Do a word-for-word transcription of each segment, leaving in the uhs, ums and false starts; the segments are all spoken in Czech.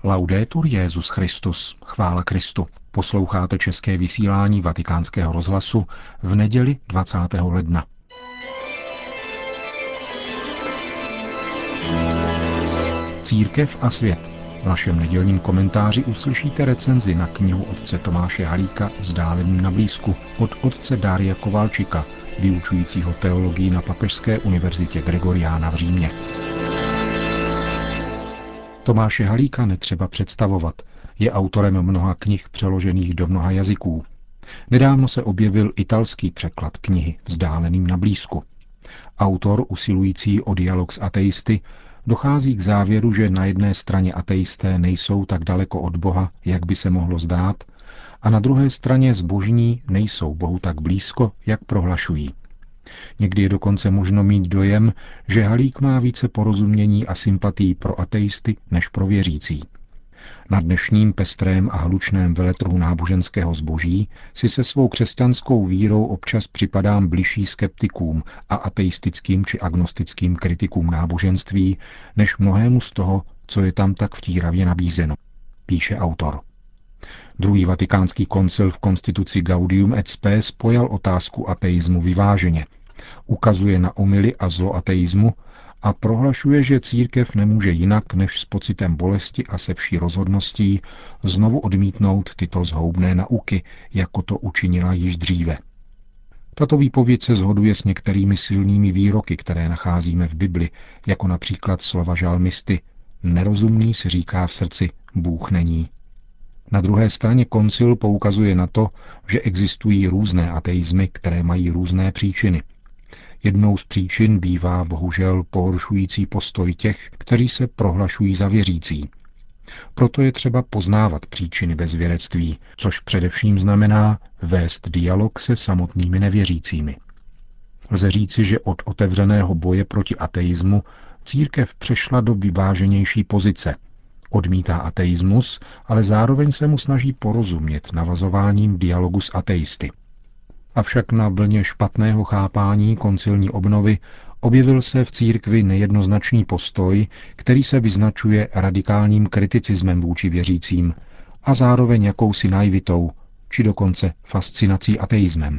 Laudetur Jesus Christus, chvála Kristu. Posloucháte české vysílání Vatikánského rozhlasu v neděli dvacátého ledna. Církev a svět. V našem nedělním komentáři uslyšíte recenzi na knihu otce Tomáše Halíka Vzdáleným na blízku od otce Daria Kovalčika, vyučujícího teologii na Papežské univerzitě Gregoriana v Římě. Tomáše Halíka netřeba představovat. Je autorem mnoha knih přeložených do mnoha jazyků. Nedávno se objevil italský překlad knihy Vzdáleným na blízku. Autor, usilující o dialog s ateisty, dochází k závěru, že na jedné straně ateisté nejsou tak daleko od Boha, jak by se mohlo zdát, a na druhé straně zbožní nejsou Bohu tak blízko, jak prohlašují. Někdy je dokonce možno mít dojem, že Halík má více porozumění a sympatií pro ateisty než pro věřící. Na dnešním pestrém a hlučném veletrhu náboženského zboží si se svou křesťanskou vírou občas připadám bližší skeptikům a ateistickým či agnostickým kritikům náboženství, než mnohému z toho, co je tam tak vtíravě nabízeno, píše autor. Druhý vatikánský koncil v konstituci Gaudium et Spes pojal otázku ateismu vyváženě. Ukazuje na omyly a zlo ateismu a prohlašuje, že církev nemůže jinak než s pocitem bolesti a se vší rozhodností znovu odmítnout tyto zhoubné nauky, jako to učinila již dříve. Tato výpověď se shoduje s některými silnými výroky, které nacházíme v Bibli, jako například slova žalmisty: nerozumný si říká v srdci, Bůh není. Na druhé straně koncil poukazuje na to, že existují různé ateizmy, které mají různé příčiny. Jednou z příčin bývá bohužel pohoršující postoj těch, kteří se prohlašují za věřící. Proto je třeba poznávat příčiny bezvěrectví, což především znamená vést dialog se samotnými nevěřícími. Lze říci, že od otevřeného boje proti ateismu církev přešla do vyváženější pozice. Odmítá ateismus, ale zároveň se mu snaží porozumět navazováním dialogu s ateisty. Avšak na vlně špatného chápání koncilní obnovy objevil se v církvi nejednoznačný postoj, který se vyznačuje radikálním kriticismem vůči věřícím a zároveň jakousi naivitou, či dokonce fascinací ateismem.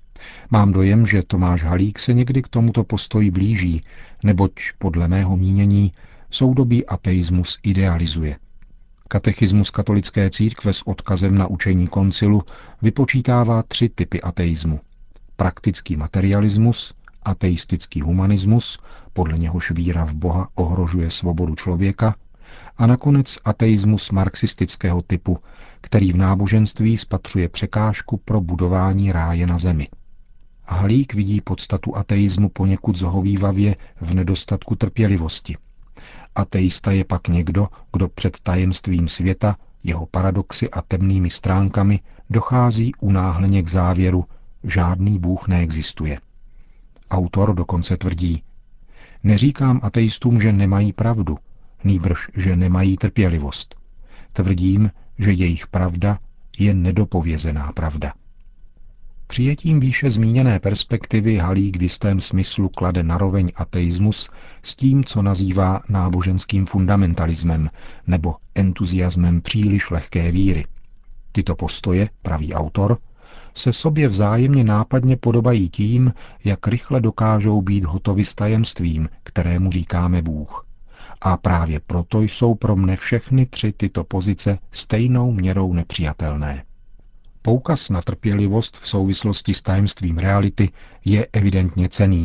Mám dojem, že Tomáš Halík se někdy k tomuto postoji blíží, neboť podle mého mínění soudobý ateismus idealizuje. Katechismus katolické církve s odkazem na učení koncilu vypočítává tři typy ateismu. Praktický materialismus, ateistický humanismus, podle něhož víra v Boha ohrožuje svobodu člověka, a nakonec ateismus marxistického typu, který v náboženství spatřuje překážku pro budování ráje na zemi. Halík vidí podstatu ateismu poněkud zhovívavě v nedostatku trpělivosti. Ateista je pak někdo, kdo před tajemstvím světa, jeho paradoxy a temnými stránkami dochází unáhleně k závěru, žádný Bůh neexistuje. Autor dokonce tvrdí: neříkám ateistům, že nemají pravdu, nýbrž, že nemají trpělivost. Tvrdím, že jejich pravda je nedopovězená pravda. Přijetím výše zmíněné perspektivy Halík v jistém smyslu klade naroveň ateismus s tím, co nazývá náboženským fundamentalismem nebo entuziasmem příliš lehké víry. Tyto postoje, praví autor, se sobě vzájemně nápadně podobají tím, jak rychle dokážou být hotovi s tajemstvím, kterému říkáme Bůh. A právě proto jsou pro mne všechny tři tyto pozice stejnou měrou nepřijatelné. Poukaz na trpělivost v souvislosti s tajemstvím reality je evidentně cenný.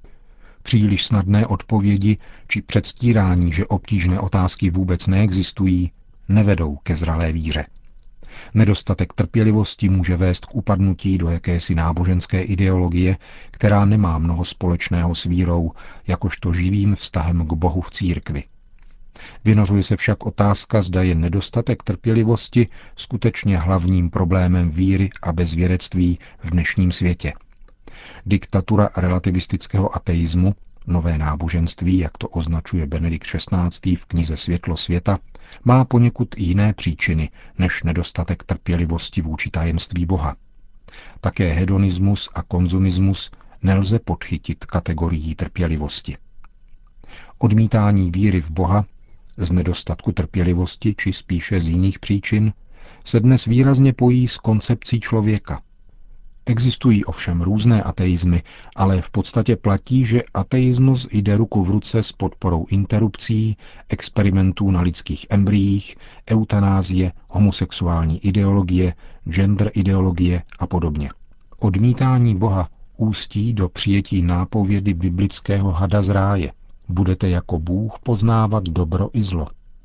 Příliš snadné odpovědi či předstírání, že obtížné otázky vůbec neexistují, nevedou ke zralé víře. Nedostatek trpělivosti může vést k upadnutí do jakési náboženské ideologie, která nemá mnoho společného s vírou, jakožto živým vztahem k Bohu v církvi. Vynořuje se však otázka, zda je nedostatek trpělivosti skutečně hlavním problémem víry a bezvěrectví v dnešním světě. Diktatura relativistického ateismu, nové náboženství, jak to označuje Benedikt šestnáctý v knize Světlo světa, má poněkud jiné příčiny než nedostatek trpělivosti vůči tajemství Boha. Také hedonismus a konzumismus nelze podchytit kategorií trpělivosti. Odmítání víry v Boha z nedostatku trpělivosti či spíše z jiných příčin, se dnes výrazně pojí s koncepcí člověka. Existují ovšem různé ateizmy, ale v podstatě platí, že ateismus jde ruku v ruce s podporou interrupcí, experimentů na lidských embryích, eutanázie, homosexuální ideologie, gender ideologie a podobně. Odmítání Boha ústí do přijetí nápovědy biblického hada z ráje. Budete jako Bůh poznávat dobro i zlo.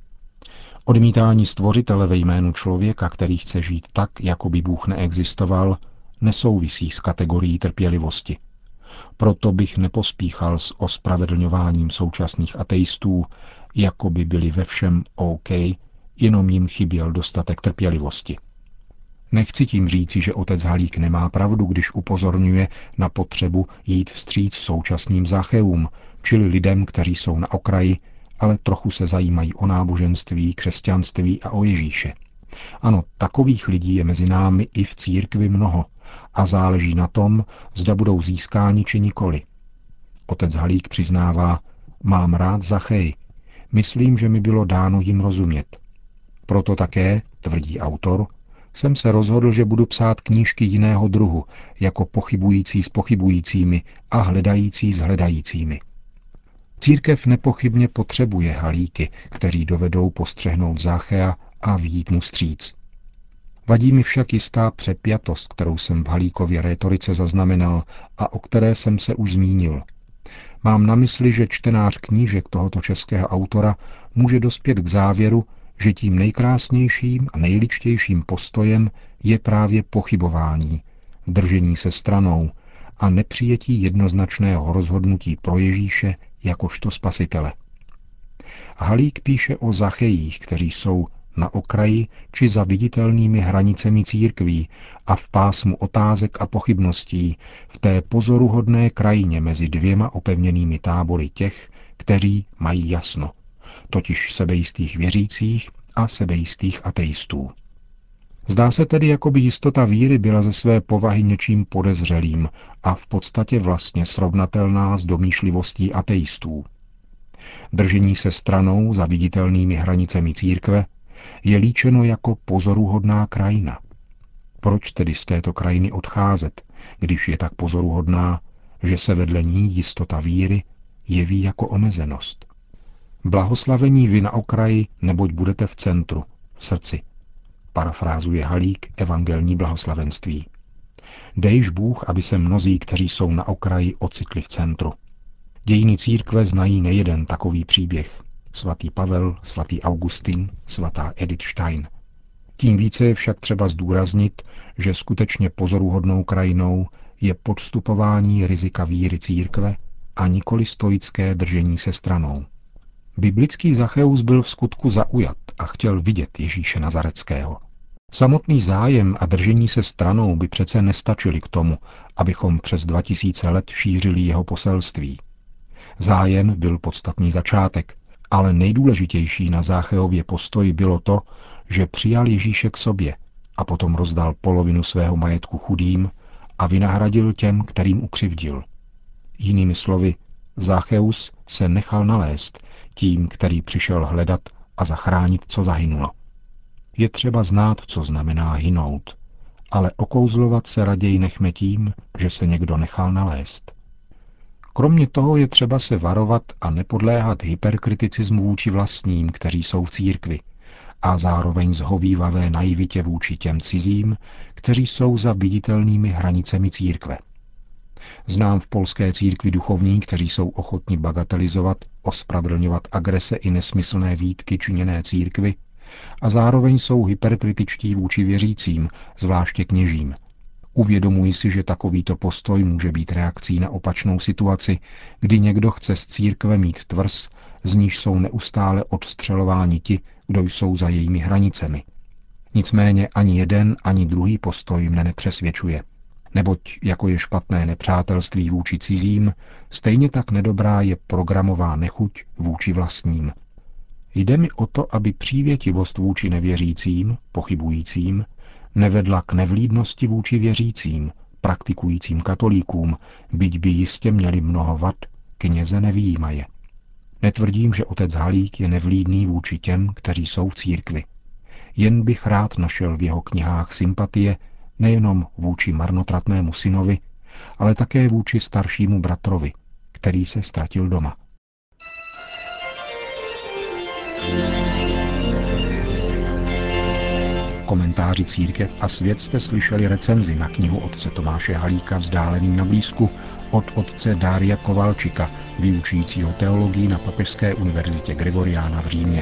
Odmítání stvořitele ve jménu člověka, který chce žít tak, jako by Bůh neexistoval, nesouvisí s kategorií trpělivosti. Proto bych nepospíchal s ospravedlňováním současných ateistů, jako by byli ve všem OK, jenom jim chyběl dostatek trpělivosti. Nechci tím říci, že otec Halík nemá pravdu, když upozorňuje na potřebu jít vstříc současným Zacheům, čili lidem, kteří jsou na okraji, ale trochu se zajímají o náboženství, křesťanství a o Ježíše. Ano, takových lidí je mezi námi i v církvi mnoho a záleží na tom, zda budou získáni či nikoli. Otec Halík přiznává, mám rád Zachej, myslím, že mi bylo dáno jim rozumět. Proto také, tvrdí autor, jsem se rozhodl, že budu psát knížky jiného druhu, jako pochybující s pochybujícími a hledající s hledajícími. Církev nepochybně potřebuje Halíky, kteří dovedou postřehnout Zachea a vyjít mu vstříc. Vadí mi však jistá přepjatost, kterou jsem v Halíkově rétorice zaznamenal a o které jsem se už zmínil. Mám na mysli, že čtenář knížek tohoto českého autora může dospět k závěru, že tím nejkrásnějším a nejličtějším postojem je právě pochybování, držení se stranou a nepřijetí jednoznačného rozhodnutí pro Ježíše jakožto spasitele. Halík píše o Zachejích, kteří jsou na okraji či za viditelnými hranicemi církví a v pásmu otázek a pochybností v té pozoruhodné krajině mezi dvěma opevněnými tábory těch, kteří mají jasno, totiž sebejistých věřících a sebejistých ateistů. Zdá se tedy, jako by jistota víry byla ze své povahy něčím podezřelým a v podstatě vlastně srovnatelná s domýšlivostí ateistů. Držení se stranou za viditelnými hranicemi církve je líčeno jako pozoruhodná krajina. Proč tedy z této krajiny odcházet, když je tak pozoruhodná, že se vedle ní jistota víry jeví jako omezenost? Blahoslavení vy na okraji, neboť budete v centru, v srdci. Parafrázuje Halík evangelní blahoslavenství. Dejž Bůh, aby se mnozí, kteří jsou na okraji, ocitli v centru. Dějiny církve znají nejeden takový příběh. Svatý Pavel, svatý Augustin, svatá Edith Stein. Tím více je však třeba zdůraznit, že skutečně pozoruhodnou krajinou je podstupování rizika víry církve a nikoli stoické držení se stranou. Biblický Zacheus byl v skutku zaujat a chtěl vidět Ježíše Nazareckého. Samotný zájem a držení se stranou by přece nestačili k tomu, abychom přes dva tisíce let šířili jeho poselství. Zájem byl podstatný začátek, ale nejdůležitější na Zacheově postoji bylo to, že přijal Ježíše k sobě a potom rozdal polovinu svého majetku chudým a vynahradil těm, kterým ukřivdil. Jinými slovy, Zacheus se nechal nalézt tím, který přišel hledat a zachránit, co zahynulo. Je třeba znát, co znamená hynout, ale okouzlovat se raději nechme tím, že se někdo nechal nalézt. Kromě toho je třeba se varovat a nepodléhat hyperkriticismu vůči vlastním, kteří jsou v církvi, a zároveň zhovývavé naivitě vůči těm cizím, kteří jsou za viditelnými hranicemi církve. Znám v polské církvi duchovní, kteří jsou ochotni bagatelizovat, ospravedlňovat agrese i nesmyslné výtky činěné církvi a zároveň jsou hyperkritičtí vůči věřícím, zvláště kněžím. Uvědomuji si, že takovýto postoj může být reakcí na opačnou situaci, kdy někdo chce z církve mít tvrz, z níž jsou neustále odstřelováni ti, kdo jsou za jejími hranicemi. Nicméně ani jeden, ani druhý postoj mne nepřesvědčuje. Neboť jako je špatné nepřátelství vůči cizím, stejně tak nedobrá je programová nechuť vůči vlastním. Jde mi o to, aby přívětivost vůči nevěřícím, pochybujícím, nevedla k nevlídnosti vůči věřícím, praktikujícím katolíkům, byť by jistě měli mnoho vad, kněze nevyjímaje. Netvrdím, že otec Halík je nevlídný vůči těm, kteří jsou v církvi. Jen bych rád našel v jeho knihách sympatie nejenom vůči marnotratnému synovi, ale také vůči staršímu bratrovi, který se ztratil doma. V komentáři Církev a svět jste slyšeli recenzi na knihu otce Tomáše Halíka Vzdáleným na blízku od otce Dária Kovalčika, vyučujícího teologii na Papežské univerzitě Gregoriana v Římě.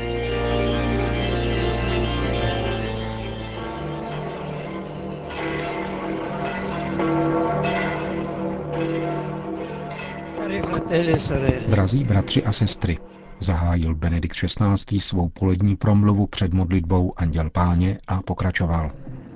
Drazí bratři a sestry, zahájil Benedikt šestnáctý svou polední promluvu před modlitbou Anděl Páně a pokračoval.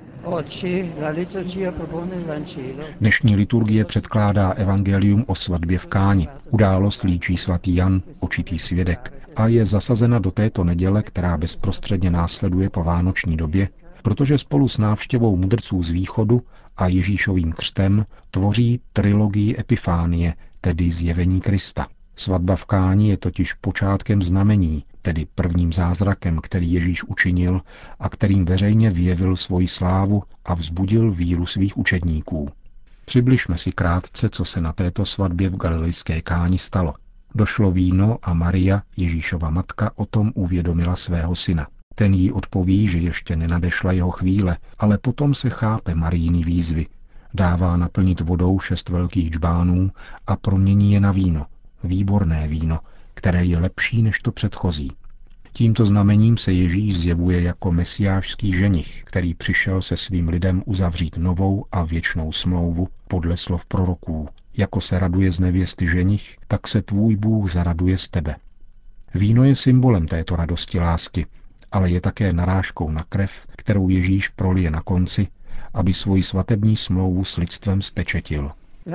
Dnešní liturgie předkládá evangelium o svatbě v Káni. Událost líčí svatý Jan, očitý svědek, a je zasazena do této neděle, která bezprostředně následuje po vánoční době, protože spolu s návštěvou mudrců z východu a Ježíšovým křtem tvoří trilogii Epifánie, tedy zjevení Krista. Svatba v Káni je totiž počátkem znamení, tedy prvním zázrakem, který Ježíš učinil a kterým veřejně vyjevil svoji slávu a vzbudil víru svých učedníků. Přibližme si krátce, co se na této svatbě v galilejské Káni stalo. Došlo víno a Maria, Ježíšova matka, o tom uvědomila svého syna. Ten jí odpoví, že ještě nenadešla jeho chvíle, ale potom se chápe Marijiny výzvy. Dává naplnit vodou šest velkých džbánů a promění je na víno. Výborné víno, které je lepší než to předchozí. Tímto znamením se Ježíš zjevuje jako mesiášský ženich, který přišel se svým lidem uzavřít novou a věčnou smlouvu podle slov proroků. Jako se raduje z nevěsty ženich, tak se tvůj Bůh zaraduje z tebe. Víno je symbolem této radosti lásky, ale je také narážkou na krev, kterou Ježíš prolije na konci, aby svoji svatební smlouvu s lidstvem spečetil.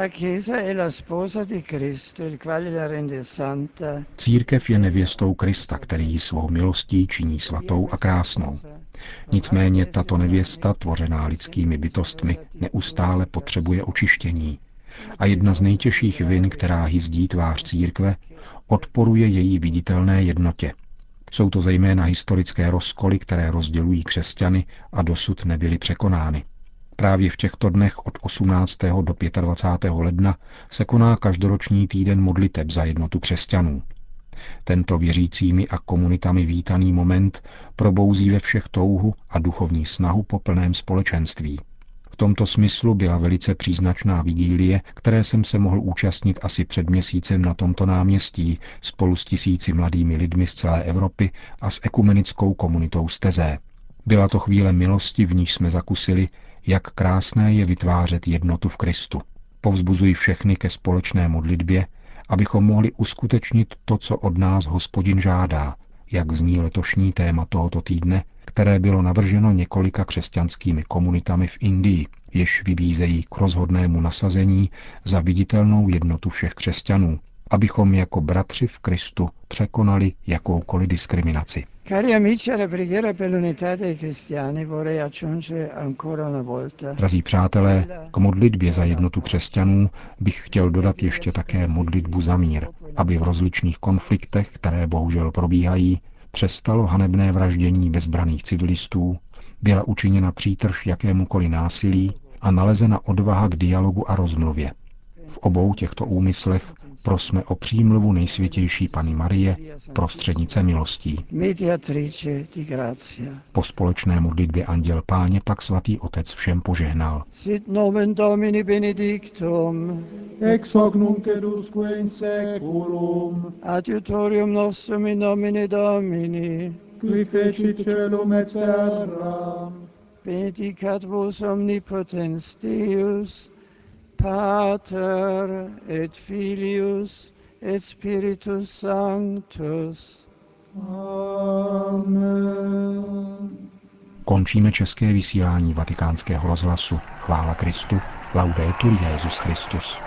Církev je nevěstou Krista, který ji svou milostí činí svatou a krásnou. Nicméně tato nevěsta, tvořená lidskými bytostmi, neustále potřebuje očištění. A jedna z nejtěžších vin, která hyzdí tvář církve, odporuje její viditelné jednotě. Jsou to zejména historické rozkoly, které rozdělují křesťany a dosud nebyly překonány. Právě v těchto dnech od osmnáctého do dvacátého pátého ledna se koná každoroční týden modliteb za jednotu křesťanů. Tento věřícími a komunitami vítaný moment probouzí ve všech touhu a duchovní snahu po plném společenství. V tomto smyslu byla velice příznačná vigílie, které jsem se mohl účastnit asi před měsícem na tomto náměstí spolu s tisíci mladými lidmi z celé Evropy a s ekumenickou komunitou z Tezé. Byla to chvíle milosti, v níž jsme zakusili, jak krásné je vytvářet jednotu v Kristu. Povzbuzuji všechny ke společné modlitbě, abychom mohli uskutečnit to, co od nás Hospodin žádá, jak zní letošní téma tohoto týdne, které bylo navrženo několika křesťanskými komunitami v Indii, jež vybízejí k rozhodnému nasazení za viditelnou jednotu všech křesťanů, abychom jako bratři v Kristu překonali jakoukoliv diskriminaci. Drazí přátelé, k modlitbě za jednotu křesťanů bych chtěl dodat ještě také modlitbu za mír, aby v rozličných konfliktech, které bohužel probíhají, přestalo hanebné vraždění bezbranných civilistů, byla učiněna přítrž jakémukoliv násilí a nalezena odvaha k dialogu a rozmluvě. V obou těchto úmyslech prosme o přímluvu Nejsvětější Panny Marie, prostřednice milostí. Po společné modlitbě Anděl Páně pak svatý Otec všem požehnal. Sit nomen Domini benedictum, ex hoc nunc et usque in seculum, adiutorium nostrum in nomine Domini, qui fecit caelum et terram, benedicat vos omnipotens Deus, Pater et Filius et Spiritus Sanctus. Amen. Končíme české vysílání Vatikánského rozhlasu. Chvála Kristu. Laudetur Jesus Christus.